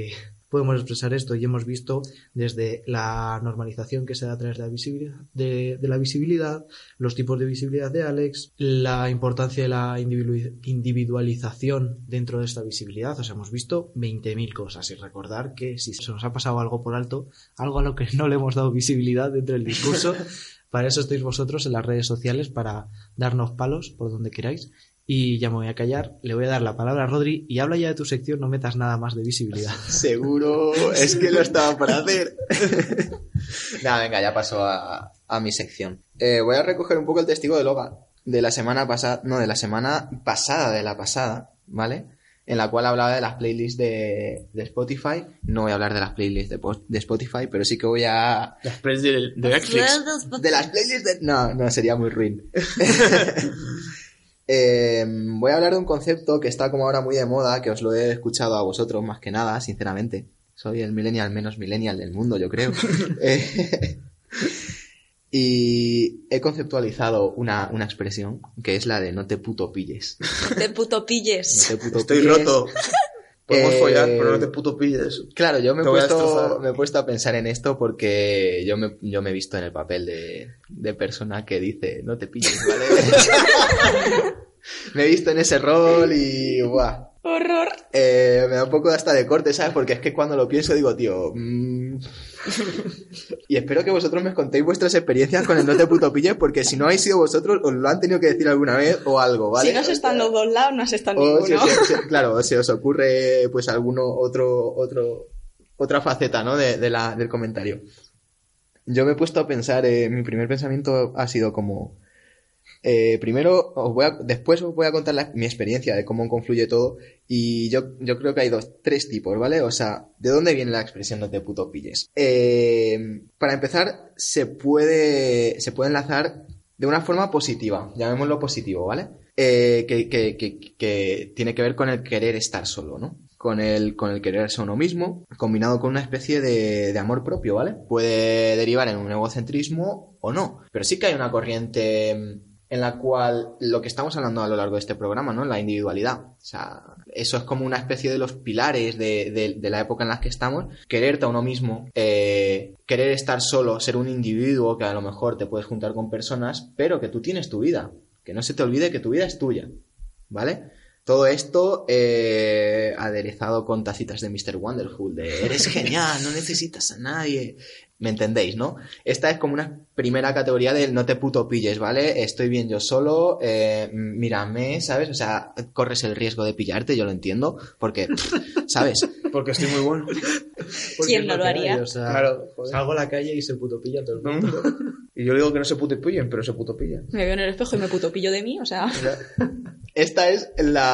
podemos expresar esto, y hemos visto desde la normalización que se da a través de la visibilidad, de la visibilidad, los tipos de visibilidad de Alex, la importancia de la individualización dentro de esta visibilidad. O sea, hemos visto 20.000 cosas, y recordar que si se nos ha pasado algo por alto, algo a lo que no le hemos dado visibilidad dentro del discurso, para eso estáis vosotros en las redes sociales, para darnos palos por donde queráis. Y ya me voy a callar, le voy a dar la palabra a Rodri y habla ya de tu sección, no metas nada más de visibilidad. Seguro, es que lo estaba por hacer. Nada, venga, ya paso a mi sección. Voy a recoger un poco el testigo de Loga de la semana pasada, no, de la semana pasada, de la pasada, ¿vale? En la cual hablaba de las playlists de Spotify. No voy a hablar de las playlists de Spotify, pero sí que voy a... Las playlists de Netflix. De las playlists de... No, sería muy ruin. Voy a hablar de un concepto que está como ahora muy de moda, que os lo he escuchado a vosotros más que nada, sinceramente. Soy el millennial menos millennial del mundo, yo creo. Y he conceptualizado una expresión que es la de no te puto pilles. No te puto pilles. No te puto Estoy pilles. roto. Podemos follar, pero no te puto pilles. Claro, yo me Te voy a he destrozar. puesto a pensar en esto porque yo me he visto en el papel de persona que dice no te pilles, ¿vale? Me he visto en ese rol y ¡buah! Horror. Me da un poco hasta de corte, ¿sabes? Porque es que cuando lo pienso digo, tío... Y espero que vosotros me contéis vuestras experiencias con el no te puto pilles, porque si no habéis sido vosotros, os lo han tenido que decir alguna vez o algo, ¿vale? Si no se están los dos lados, no se están O ninguno. claro, se os ocurre pues otra faceta, ¿no? Del comentario. Yo me he puesto a pensar, mi primer pensamiento ha sido como... primero, después os voy a contar mi experiencia de cómo confluye todo, y yo creo que hay tres tipos, ¿vale? O sea, ¿de dónde viene la expresión no te puto pilles? Para empezar, se puede enlazar de una forma positiva, llamémoslo positivo, ¿vale? Que tiene que ver con el querer estar solo, ¿no? Con el quererse a uno mismo, combinado con una especie de amor propio, ¿vale? Puede derivar en un egocentrismo o no, pero sí que hay una corriente en la cual lo que estamos hablando a lo largo de este programa, ¿no? La individualidad. O sea, eso es como una especie de los pilares de la época en la que estamos. Quererte a uno mismo, querer estar solo, ser un individuo que a lo mejor te puedes juntar con personas, pero que tú tienes tu vida. Que no se te olvide que tu vida es tuya, ¿vale? Todo esto aderezado con tacitas de Mr. Wonderful, de eres genial, no necesitas a nadie. ¿Me entendéis, no? Esta es como una primera categoría del no te puto pilles, ¿vale? Estoy bien yo solo, mírame, ¿sabes? O sea, corres el riesgo de pillarte, yo lo entiendo, porque, ¿sabes? Porque estoy muy bueno. ¿Quién no lo haría? O sea, Claro, joder. salgo a la calle y se puto pilla todo el mundo. Y yo le digo que no se puto pillen, pero se puto pillan. Me veo en el espejo y me puto pillo de mí, o sea... Esta es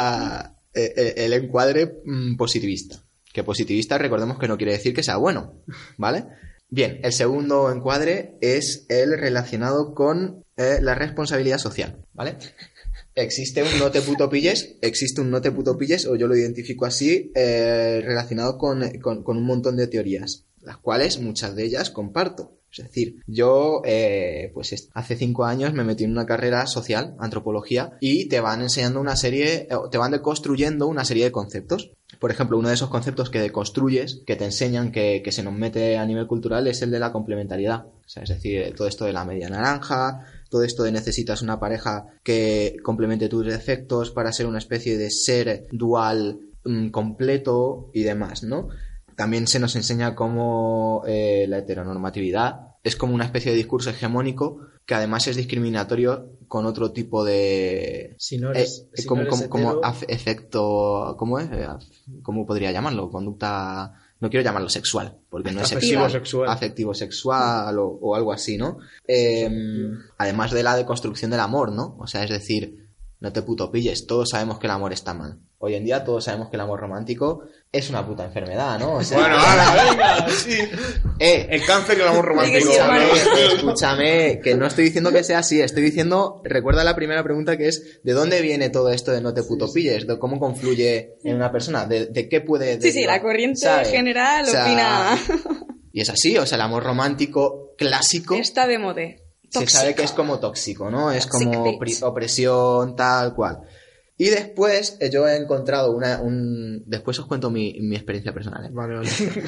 el encuadre positivista. Que positivista, recordemos que no quiere decir que sea bueno, ¿vale? Bien, el segundo encuadre es el relacionado con la responsabilidad social, ¿vale? Existe un no te puto pilles, o yo lo identifico así, relacionado con un montón de teorías, las cuales muchas de ellas comparto. Es decir, yo pues hace 5 años me metí en una carrera social, antropología, y te van enseñando te van deconstruyendo una serie de conceptos. Por ejemplo, uno de esos conceptos que deconstruyes, que te enseñan, que se nos mete a nivel cultural, es el de la complementariedad. O sea, es decir, todo esto de la media naranja, todo esto de necesitas una pareja que complemente tus defectos para ser una especie de ser dual completo y demás, ¿no? También se nos enseña cómo la heteronormatividad es como una especie de discurso hegemónico que además es discriminatorio con otro tipo de... Si no eres, como efecto... ¿Cómo es? ¿Cómo podría llamarlo? Conducta... No quiero llamarlo sexual, porque no es Afectivo sexual. sexual. Afectivo sexual o algo así, ¿no? Además de la deconstrucción del amor, ¿no? O sea, es decir, no te puto pilles, todos sabemos que el amor está mal. Hoy en día todos sabemos que el amor romántico es una puta enfermedad, ¿no? O sea, Bueno, ahora, venga, sí. El cáncer y el amor romántico. Escúchame, que no estoy diciendo que sea así, estoy diciendo, recuerda la primera pregunta que es, ¿de dónde viene todo esto de no te puto pilles? ¿De cómo confluye en una persona? ¿De qué puede Sí, derivar? la corriente ¿Sabe? general O sea, opina... Y es así, o sea, el amor romántico clásico Está de moda. se sabe que es como tóxico, ¿no? Es como Toxic bitch. opresión, tal cual. Y después yo he encontrado después os cuento mi experiencia personal, ¿eh? Vale.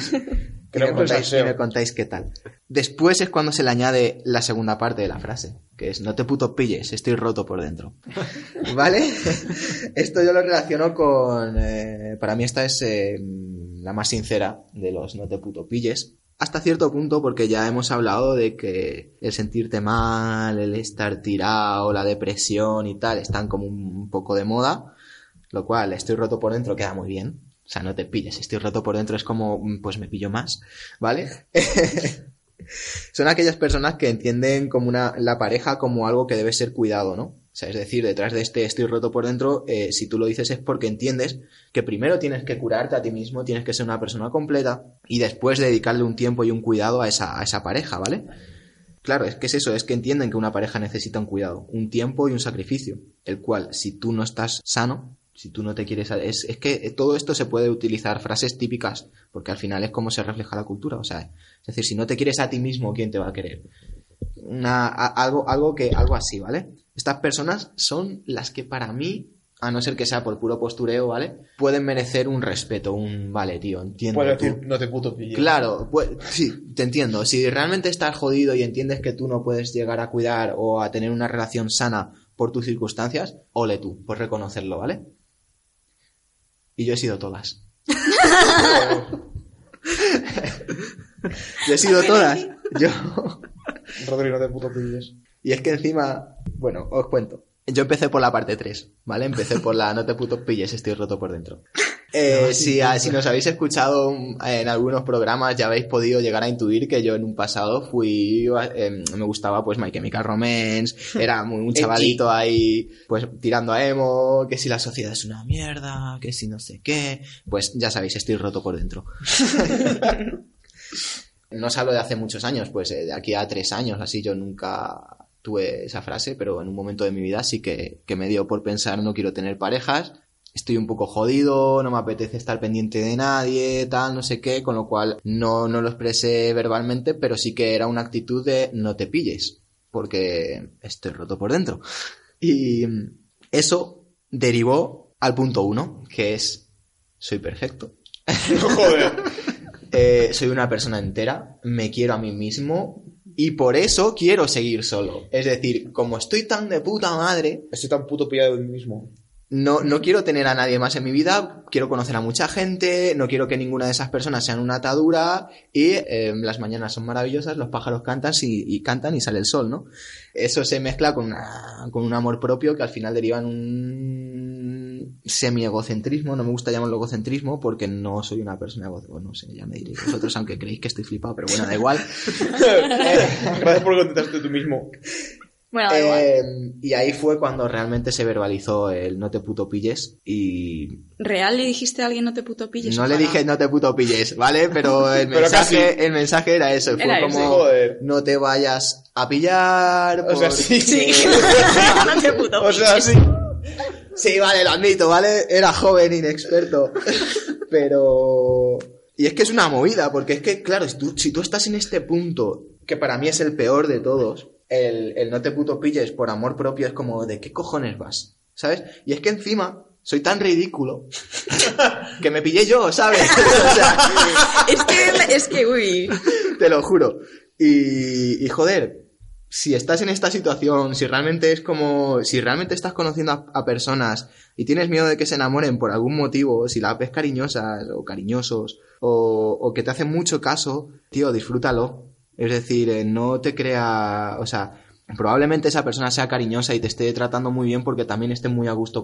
Y me contáis qué tal. Después es cuando se le añade la segunda parte de la frase, que es: no te puto pilles, estoy roto por dentro. ¿Vale? Esto yo lo relaciono con... para mí esta es la más sincera de los no te puto pilles. Hasta cierto punto, porque ya hemos hablado de que el sentirte mal, el estar tirado, la depresión y tal, están como un poco de moda, lo cual estoy roto por dentro queda muy bien. O sea, no te pilles, estoy roto por dentro es como, pues me pillo más, ¿vale? Son aquellas personas que entienden como la pareja como algo que debe ser cuidado, ¿no? O sea, es decir, detrás de este estoy roto por dentro, si tú lo dices es porque entiendes que primero tienes que curarte a ti mismo, tienes que ser una persona completa y después dedicarle un tiempo y un cuidado a esa pareja, ¿vale? Claro, es que es eso, es que entienden que una pareja necesita un cuidado, un tiempo y un sacrificio, el cual si tú no estás sano, si tú no te quieres... Es que todo esto se puede utilizar frases típicas, porque al final es como se refleja la cultura, o sea, es decir, si no te quieres a ti mismo, ¿quién te va a querer? Algo así, ¿vale? Estas personas son las que para mí, a no ser que sea por puro postureo, ¿vale? Pueden merecer un respeto, vale, tío, entiendo. Puedes decir, no te puto pilles. Claro, pues, sí, te entiendo. Si realmente estás jodido y entiendes que tú no puedes llegar a cuidar o a tener una relación sana por tus circunstancias, ole tú, pues reconocerlo, ¿vale? Y yo he sido todas. Yo he sido todas. Rodri, no te puto pilles. Y es que encima, bueno, os cuento. Yo empecé por la parte 3, ¿vale? Empecé por la no te puto pilles, estoy roto por dentro. Si nos habéis escuchado en algunos programas ya habéis podido llegar a intuir que yo en un pasado me gustaba pues My Chemical Romance, era un chavalito ahí pues tirando a emo, que si la sociedad es una mierda, que si no sé qué, pues ya sabéis, estoy roto por dentro. No os hablo de hace muchos años, pues de aquí a 3 años así yo nunca tuve esa frase, pero en un momento de mi vida sí que me dio por pensar no quiero tener parejas, estoy un poco jodido, no me apetece estar pendiente de nadie, tal, no sé qué, con lo cual no lo expresé verbalmente, pero sí que era una actitud de no te pilles, porque estoy roto por dentro. Y eso derivó al punto 1, que es soy perfecto. Joder. Soy una persona entera, me quiero a mí mismo y por eso quiero seguir solo. Es decir, como estoy tan de puta madre, Estoy tan puto pillado de mí mismo. no quiero tener a nadie más en mi vida, quiero conocer a mucha gente, no quiero que ninguna de esas personas sean una atadura y las mañanas son maravillosas, los pájaros cantan y cantan y sale el sol, ¿no? Eso se mezcla con un amor propio que al final deriva en un semi-egocentrismo. No me gusta llamarlo egocentrismo porque no soy una persona egocéntrica, no sé, ya me diréis vosotros, aunque creéis que estoy flipado, pero bueno, da igual. Gracias por contestarte tú mismo. Bueno, da igual. Y ahí fue cuando realmente se verbalizó el no te puto pilles y... ¿Real le dijiste a alguien no te puto pilles? No le dije no te puto pilles, ¿vale? Pero el mensaje era eso. Fue Era como, ese. Joder. no te vayas a pillar. O sea, sí. Sí. No te puto O sea, pilles. sí. Sí, vale, lo admito, ¿vale? Era joven, inexperto. Pero... Y es que es una movida, porque es que, claro, si tú estás en este punto, que para mí es el peor de todos, el no te puto pilles por amor propio es como, ¿de qué cojones vas? ¿Sabes? Y es que encima soy tan ridículo que me pillé yo, ¿sabes? O sea, Es que, uy. te lo juro. Y joder, si estás en esta situación, si realmente estás conociendo a personas y tienes miedo de que se enamoren por algún motivo, si las ves cariñosas o cariñosos o que te hacen mucho caso, tío, disfrútalo. Es decir, no te crea... O sea, probablemente esa persona sea cariñosa y te esté tratando muy bien porque también esté muy a gusto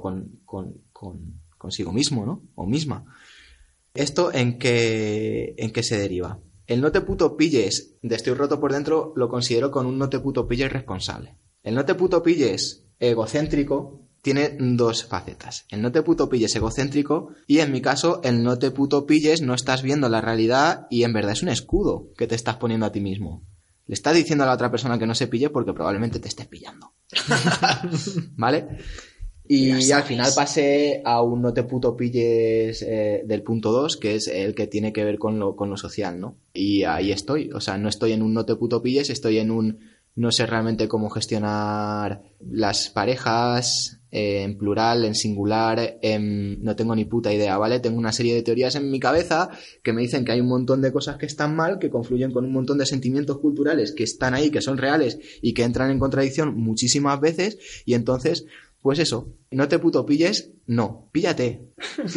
consigo mismo, ¿no? O misma. ¿Esto en qué se deriva? El no te puto pilles de estoy roto por dentro lo considero con un no te puto pilles responsable. El no te puto pilles egocéntrico tiene 2 facetas. El no te puto pilles egocéntrico y en mi caso el no te puto pilles no estás viendo la realidad y en verdad es un escudo que te estás poniendo a ti mismo. Le estás diciendo a la otra persona que no se pille porque probablemente te estés pillando. ¿Vale? Y al final pasé a un no te puto pilles del punto 2, que es el que tiene que ver con lo social, ¿no? Y ahí estoy. O sea, no estoy en un no te puto pilles, estoy en un no sé realmente cómo gestionar las parejas, en plural, en singular, no tengo ni puta idea, ¿vale? Tengo una serie de teorías en mi cabeza que me dicen que hay un montón de cosas que están mal, que confluyen con un montón de sentimientos culturales que están ahí, que son reales y que entran en contradicción muchísimas veces, y entonces, pues eso, no te puto pilles, no, píllate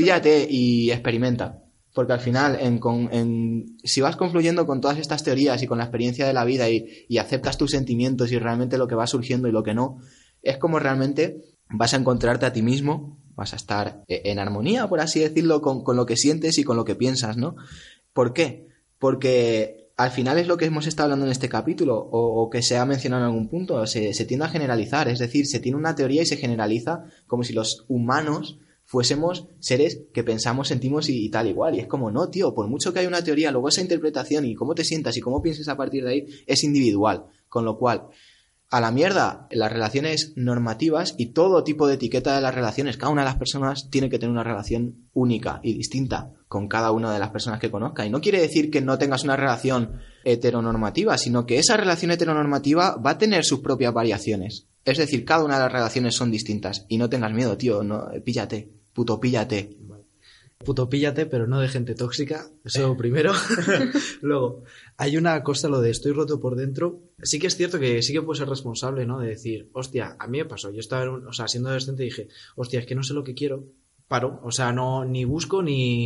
y experimenta. Porque al final, si vas confluyendo con todas estas teorías y con la experiencia de la vida y aceptas tus sentimientos y realmente lo que va surgiendo y lo que no, es como realmente vas a encontrarte a ti mismo, vas a estar en armonía, por así decirlo, con lo que sientes y con lo que piensas, ¿no? ¿Por qué? Porque al final es lo que hemos estado hablando en este capítulo, o que se ha mencionado en algún punto, se tiende a generalizar, es decir, se tiene una teoría y se generaliza como si los humanos fuésemos seres que pensamos, sentimos y tal igual. Y es como, no, tío, por mucho que haya una teoría, luego esa interpretación y cómo te sientas y cómo pienses a partir de ahí es individual. Con lo cual, a la mierda las relaciones normativas y todo tipo de etiqueta de las relaciones. Cada una de las personas tiene que tener una relación única y distinta con cada una de las personas que conozca. Y no quiere decir que no tengas una relación heteronormativa, sino que esa relación heteronormativa va a tener sus propias variaciones. Es decir, cada una de las relaciones son distintas. Y no tengas miedo, tío, no, píllate. Puto píllate. Puto píllate, pero no de gente tóxica. Eso primero. Luego, hay una cosa, lo de estoy roto por dentro. Sí que es cierto que sí que puedo ser responsable, ¿no? De decir, hostia, a mí me pasó. Yo estaba, siendo adolescente dije, hostia, es que no sé lo que quiero. Paro. O sea, no, ni busco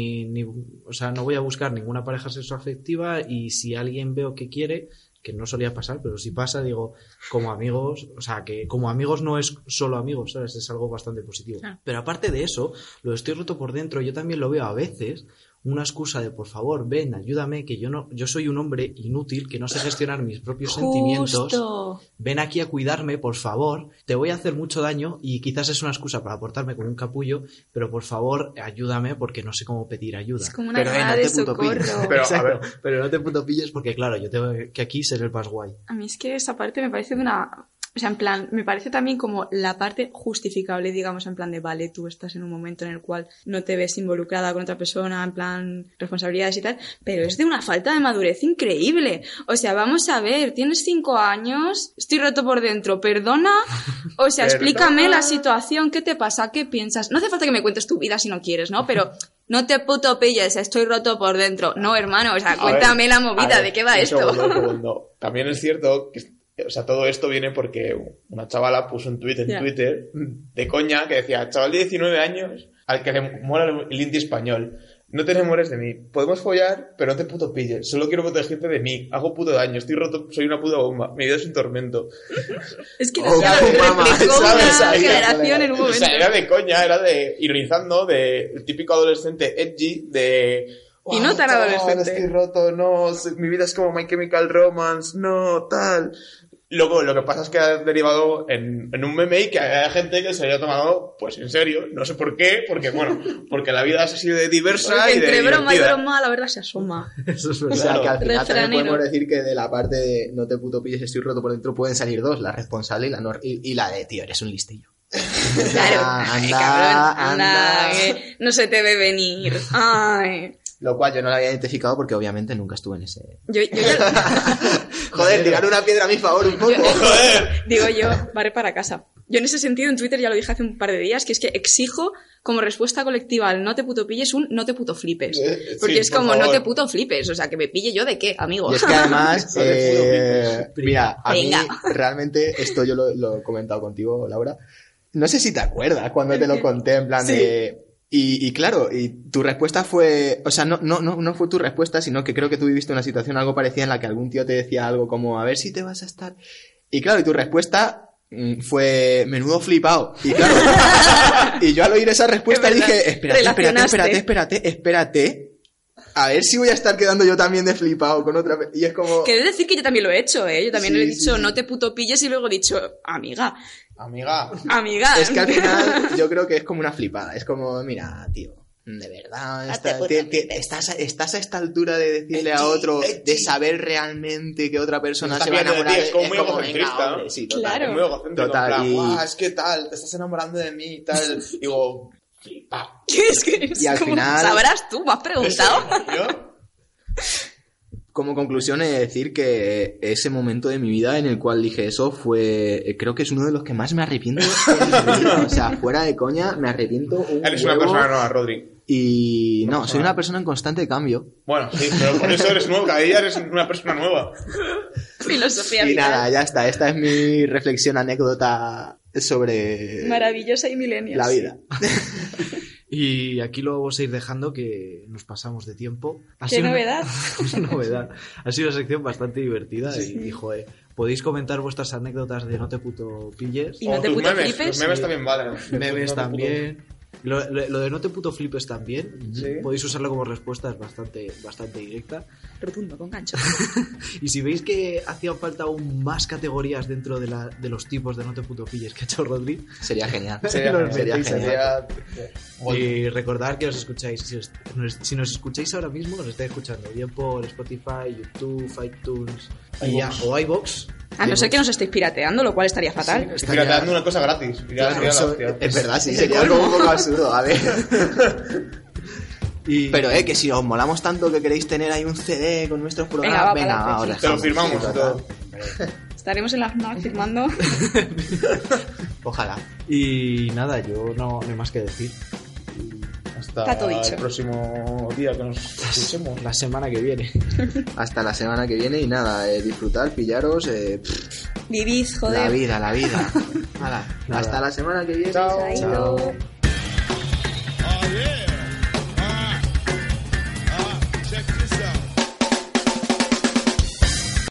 o sea, no voy a buscar ninguna pareja sexoafectiva, y si alguien veo que quiere, que no solía pasar, pero si pasa, digo, como amigos, o sea, que como amigos no es solo amigos, ¿sabes? Es algo bastante positivo. Claro. Pero aparte de eso, lo estoy roto por dentro, yo también lo veo a veces una excusa de, por favor, ven, ayúdame, que yo soy un hombre inútil, que no sé gestionar mis propios sentimientos. Ven aquí a cuidarme, por favor, te voy a hacer mucho daño, y quizás es una excusa para portarme como un capullo, pero por favor, ayúdame, porque no sé cómo pedir ayuda. Es como una llamada de socorro. Pero, a ver, Pero no te puto pilles, porque claro, yo tengo que aquí ser el más guay. A mí es que esa parte me parece de una... O sea, en plan, me parece también como la parte justificable, digamos, en plan de, vale, tú estás en un momento en el cual no te ves involucrada con otra persona, en plan, responsabilidades y tal, pero es de una falta de madurez increíble. O sea, vamos a ver, tienes 5 años, estoy roto por dentro, perdona, o sea, explícame la situación, ¿qué te pasa? ¿Qué piensas? No hace falta que me cuentes tu vida si no quieres, ¿no? Pero no te puto pilles, estoy roto por dentro. No, hermano, o sea, cuéntame la movida, ¿de qué va esto? Segundo. También es cierto que, o sea, todo esto viene porque una chavala puso un tuit en Twitter de coña que decía, chaval de 19 años al que le mola el indie español, no te enamores de mí, podemos follar, pero no te puto pilles, solo quiero protegerte de mí, hago puto daño, estoy roto, soy una puta bomba, mi vida es un tormento. Es que reflejó una generación en un momento. O sea, era de coña, era de ironizando, de el típico adolescente edgy, de... Y no tan adolescente. Estoy roto, no, mi vida es como My Chemical Romance, no, tal. Luego, lo que pasa es que ha derivado en un meme y que hay gente que se haya tomado, pues en serio, no sé por qué, porque bueno, porque la vida es así de diversa porque y de entre broma y divertida. broma, la verdad se asoma. Eso es O verdad. sea, que al final también Refranero. podemos decir que de la parte de no te puto pilles, estoy roto por dentro, pueden salir dos, la responsable y la de, tío, eres un listillo. Claro. Anda, Cabrón, anda. que no se te ve venir. Ay. Lo cual yo no lo había identificado porque obviamente nunca estuve en ese... Yo ya... Joder, tirar una piedra a mi favor un poco. Digo yo, barre para casa. Yo en ese sentido en Twitter ya lo dije hace un par de días, que es que exijo como respuesta colectiva al no te puto pilles un no te puto flipes. Porque Sí, es por como favor. no te puto flipes, o sea, que me pille yo de qué, amigo. Y es que además, mira, a mí Venga. realmente esto yo lo he comentado contigo, Laura. No sé si te acuerdas cuando te lo conté en plan Sí. de... Y claro, y tu respuesta fue... O sea, no fue tu respuesta, sino que creo que tú viviste una situación algo parecida en la que algún tío te decía algo como, a ver si te vas a estar... Y claro, y tu respuesta fue menudo flipado. Y claro, y yo al oír esa respuesta Es verdad. dije, espérate. A ver si voy a estar quedando yo también de flipado con otra... Y es como... Quiero decir que yo también lo he hecho, ¿eh? Yo también Sí, le he sí, dicho sí. no te puto pilles y luego he dicho, amiga. Amiga, Es que al final yo creo que es como una flipada. Es como, mira, tío, de verdad, estás a esta altura de decirle a otro, de saber realmente que otra persona Está se va a bien, enamorar. tío, es como muy venga, egocentrista. hombre, sí, total. Claro. es muy egocéntrico, Total, en plan, y- "Guau, es que tal, te estás enamorando de mí y tal". Digo, flipa. Es que es Y al como, final- sabrás tú, me has preguntado. ¿Yo? Como conclusión he de decir que ese momento de mi vida en el cual dije eso fue, creo que es uno de los que más me arrepiento en mi vida. O sea, fuera de coña, me arrepiento un Eres una huevo. persona nueva, Rodri. Y no, soy una persona en constante cambio. Bueno, sí, pero por eso eres nuevo, cada día eres una persona nueva. Filosofía Y vital. nada, ya está. Esta es mi reflexión, anécdota sobre Maravillosa y millennials. la vida. Y aquí lo vamos a ir dejando, que nos pasamos de tiempo. Ha ¡Qué sido novedad! Una novedad. Ha sido una sección bastante divertida y joder, podéis comentar vuestras anécdotas de no te puto pilles. Y no O te tus puto memes, flipes. los memes también valen. Memes No te también. Lo de no te puto flipes también. Sí. Podéis usarlo como respuesta, es bastante directa. Rotundo, con gancho. Y si veis que hacían falta aún más categorías dentro de los tipos de no te puto pilles que ha hecho Rodri, Sería genial. Sería Sería genial. genial. y recordad que os escucháis, si nos escucháis ahora mismo, nos estáis escuchando bien por Spotify, YouTube, iTunes o iVoox. A no ser que nos estéis pirateando, lo cual estaría fatal. Mira, te dando una cosa gratis. Ya Claro, sería la eso hostia. Es verdad, sí, sería como un poco absurdo, a ver. Y Pero que si os molamos tanto que queréis tener ahí un CD con nuestros programas, Venga, va, ahora Te lo firmamos y todo. Estaremos en la FNAC firmando. Ojalá. Y nada, yo no hay más que decir. Hasta Está todo dicho. el próximo día que nos escuchemos. La semana que viene. Hasta la semana que viene y nada, disfrutar, pillaros, Vivid, joder. la vida. Hala, hasta la semana que viene. Chao. Chaito.